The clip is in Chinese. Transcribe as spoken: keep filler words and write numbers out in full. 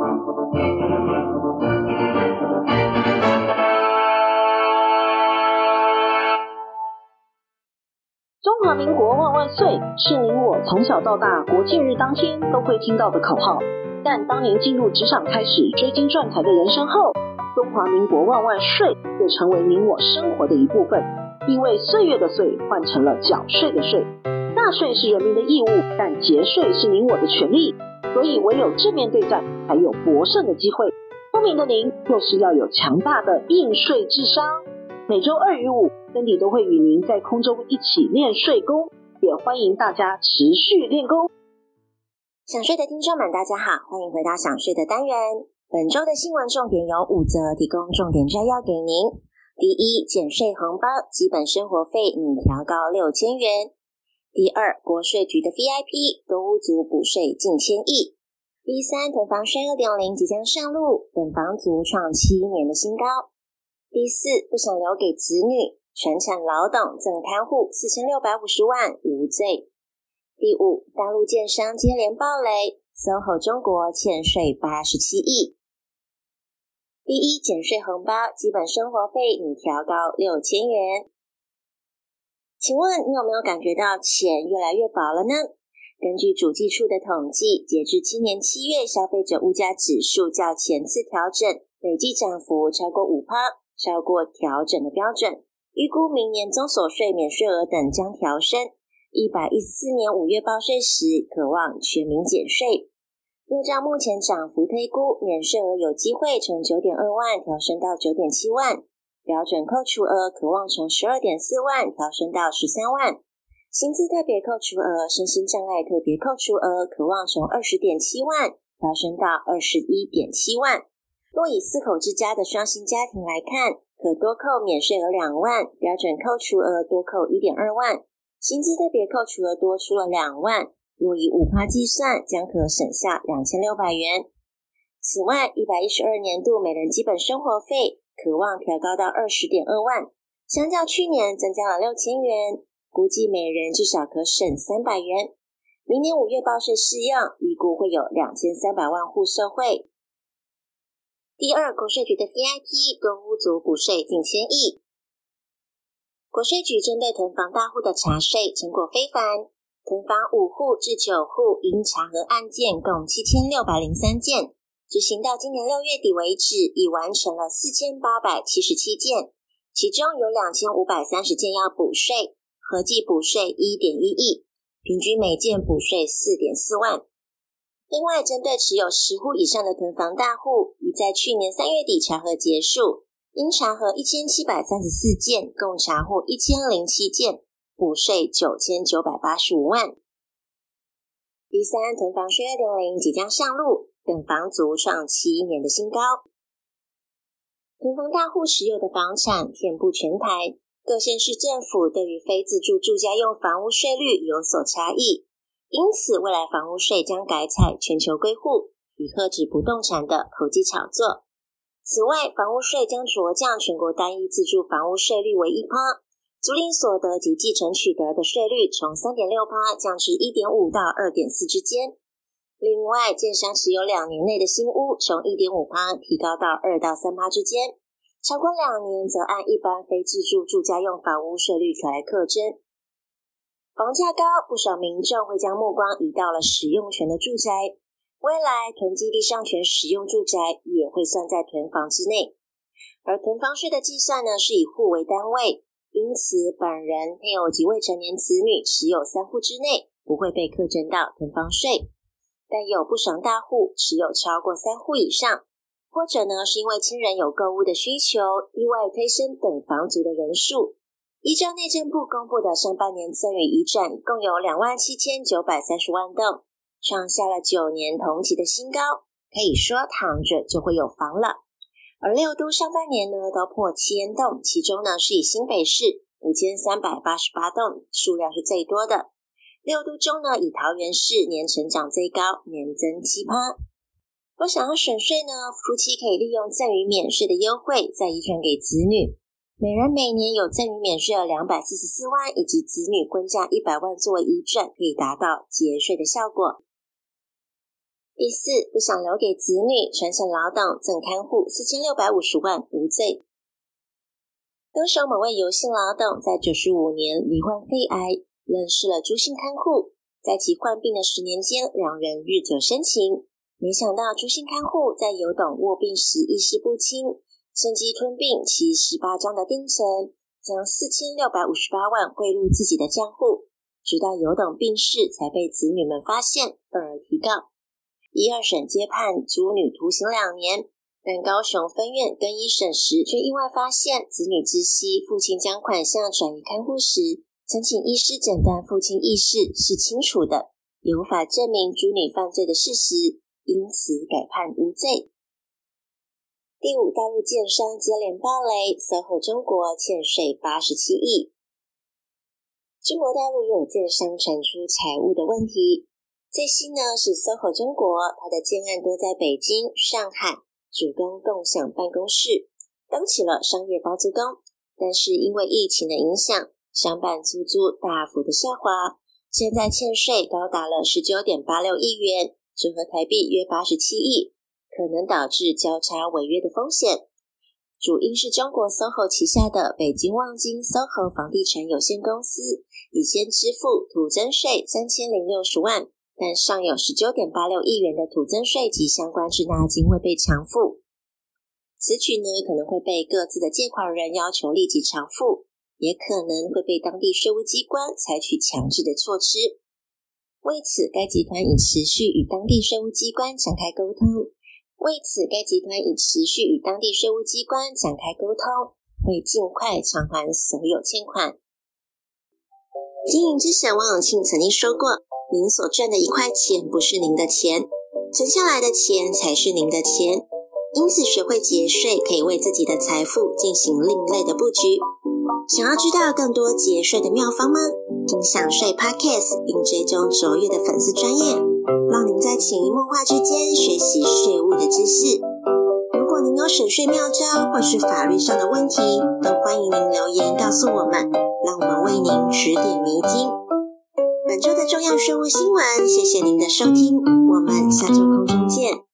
中华民国万万岁是您我从小到大国庆日当天都会听到的口号，但当您进入职场开始追金赚财的人生后，中华民国万万税就成为您我生活的一部分，因为岁月的岁换成了缴税的税。纳税是人民的义务，但节税是您我的权利，所以唯有正面对战才有博胜的机会。聪明的您就是要有强大的应税智商。每周二与五Cindy都会与您在空中一起练税功，也欢迎大家持续练功。 想税的听众们大家好，欢迎回到想税的单元。本周的新闻重点有五则，提供重点摘要给您。第一，减税红包，基本生活费拟调高六千元。第二，国税局的 V I P 多屋族补税近千亿。第三，囤房税 二点零 即将上路，等房族创七年的新高。第四，不想留给子女，传产老董赠看护四千六百五十万无罪。第五，大陆建商接连爆雷， S O H O 中国欠税八十七亿。第一，减税红包，基本生活费拟调高六千元。请问你有没有感觉到钱越来越薄了呢？根据主计处的统计，截至今年七月，消费者物价指数较前次调整累计涨幅超过 百分之五， 超过调整的标准。预估明年综所税免税额等将调升，一百一十四年五月报税时可望全民减税。若照目前涨幅推估，免税额有机会从 九点二万调升到 九点七万，标准扣除额可望从 十二点四万调升到十三万，薪资特别扣除额、身心障碍特别扣除额可望从 二十点七万调升到 二十一点七万。若以四口之家的双薪家庭来看，可多扣免税额两万，标准扣除额多扣 一点二万，薪资特别扣除额多出了两万，若以 百分之五 计算，将可省下两千六百元。此外，一百一十二年度每人基本生活费可望调高到 二十点二万，相较去年增加了六千元，估计每人至少可省三百元。明年五月报税适用，预估会有两千三百万户受惠。第二，国税局的 V I P 多屋族补税近千亿。国税局针对囤房大户的查税成果非凡，囤房五户至九户应查核案件共七千六百零三件，执行到今年六月底为止，已完成了四千八百七十七件，其中有两千五百三十件要补税，合计补税 一点一亿，平均每件补税 四点四万。另外，针对持有十户以上的囤房大户，已在去年三月底查核结束，应查核一千七百三十四件，共查获一千零七件，补税九千九百八十五万。第三，囤房税 二点零 即将上路，等房族创七年的新高。囤房大户持有的房产遍布全台，各县市政府对于非自住住家用房屋税率有所差异，因此未来房屋税将改采全球归户，以遏止不动产的投机炒作。此外，房屋税将酌降全国单一自住房屋税率为 百分之一， 租赁所得及继承取得的税率从 三点六 降至 一点五 到 二点四 之间。另外，建商持有两年内的新屋从 一点五 提高到二到三 之间，超过两年则按一般非自住住家用房屋税率来课征。房价高，不少民众会将目光移到了使用权的住宅，未来囤积地上权使用住宅也会算在囤房之内。而囤房税的计算呢，是以户为单位，因此本人、配偶及未成年子女持有三户之内，不会被课征到囤房税。但有不少大户持有超过三户以上，或者呢是因为亲人有购物的需求，意外推升等房族的人数。依照内政部公布的上半年赠与移转，共有 两万七千九百三十万栋，创下了九年同期的新高，可以说躺着就会有房了。而六都上半年呢都破千栋，其中呢是以新北市五千三百八十八栋数量是最多的。六都中呢，以桃园市年成长最高，年增 百分之七。 若想要省税呢，夫妻可以利用赠与免税的优惠再遗传给子女，每人每年有赠与免税额两百四十四万，以及子女婚嫁一百万作为遗转，可以达到节税的效果。 第四，不想留给子女，传承老董赠看护四千六百五十万无罪。歌手某位游姓老董在九十五年罹患肺癌，认识了朱姓看护，在其患病的十年间，两人日久生情。没想到朱姓看护在游董卧病时意识不清，趁机吞并其十八张的定存，将四千六百五十八万汇入自己的账户，直到游董病逝才被子女们发现，愤而提告。一二审皆判朱女徒刑两年，但高雄分院更一审时却意外发现，子女知悉父亲将款项转移看护时，曾请医师诊断父亲意识是清楚的，也无法证明朱女犯罪的事实，因此改判无罪。第五，大陆建商接连爆雷 ，S O H O 中国欠税八十七亿。中国大陆又有建商传出财务的问题。最新呢是 S O H O 中国，它的建案多在北京、上海，主攻共享办公室，当起了商业包租公。但是因为疫情的影响，商办租租大幅的下滑，现在欠税高达了 十九点八六亿元，折合台币约八十七亿，可能导致交叉违约的风险。主因是中国 S O H O 旗下的北京望京 S O H O 房地产有限公司已先支付土增税三千零六十万，但尚有 十九点八六亿元的土增税及相关滞纳金未被偿付。此举呢可能会被各自的借款人要求立即偿付，也可能会被当地税务机关采取强制的措施。为此，该集团已持续与当地税务机关展开沟通。为此，该集团已持续与当地税务机关展开沟通，会尽快偿还所有欠款。经营之神王永庆曾经说过，您所赚的一块钱不是您的钱，存下来的钱才是您的钱。因此，学会节税可以为自己的财富进行另类的布局。想要知道更多节税的妙方吗？听享税 Podcast 并追踪卓越的粉丝专页，让您在潜移默化之间学习税务的知识。如果您有省税妙招或是法律上的问题，都欢迎您留言告诉我们，让我们为您指点迷津。本周的重要税务新闻，谢谢您的收听，我们下周空中见。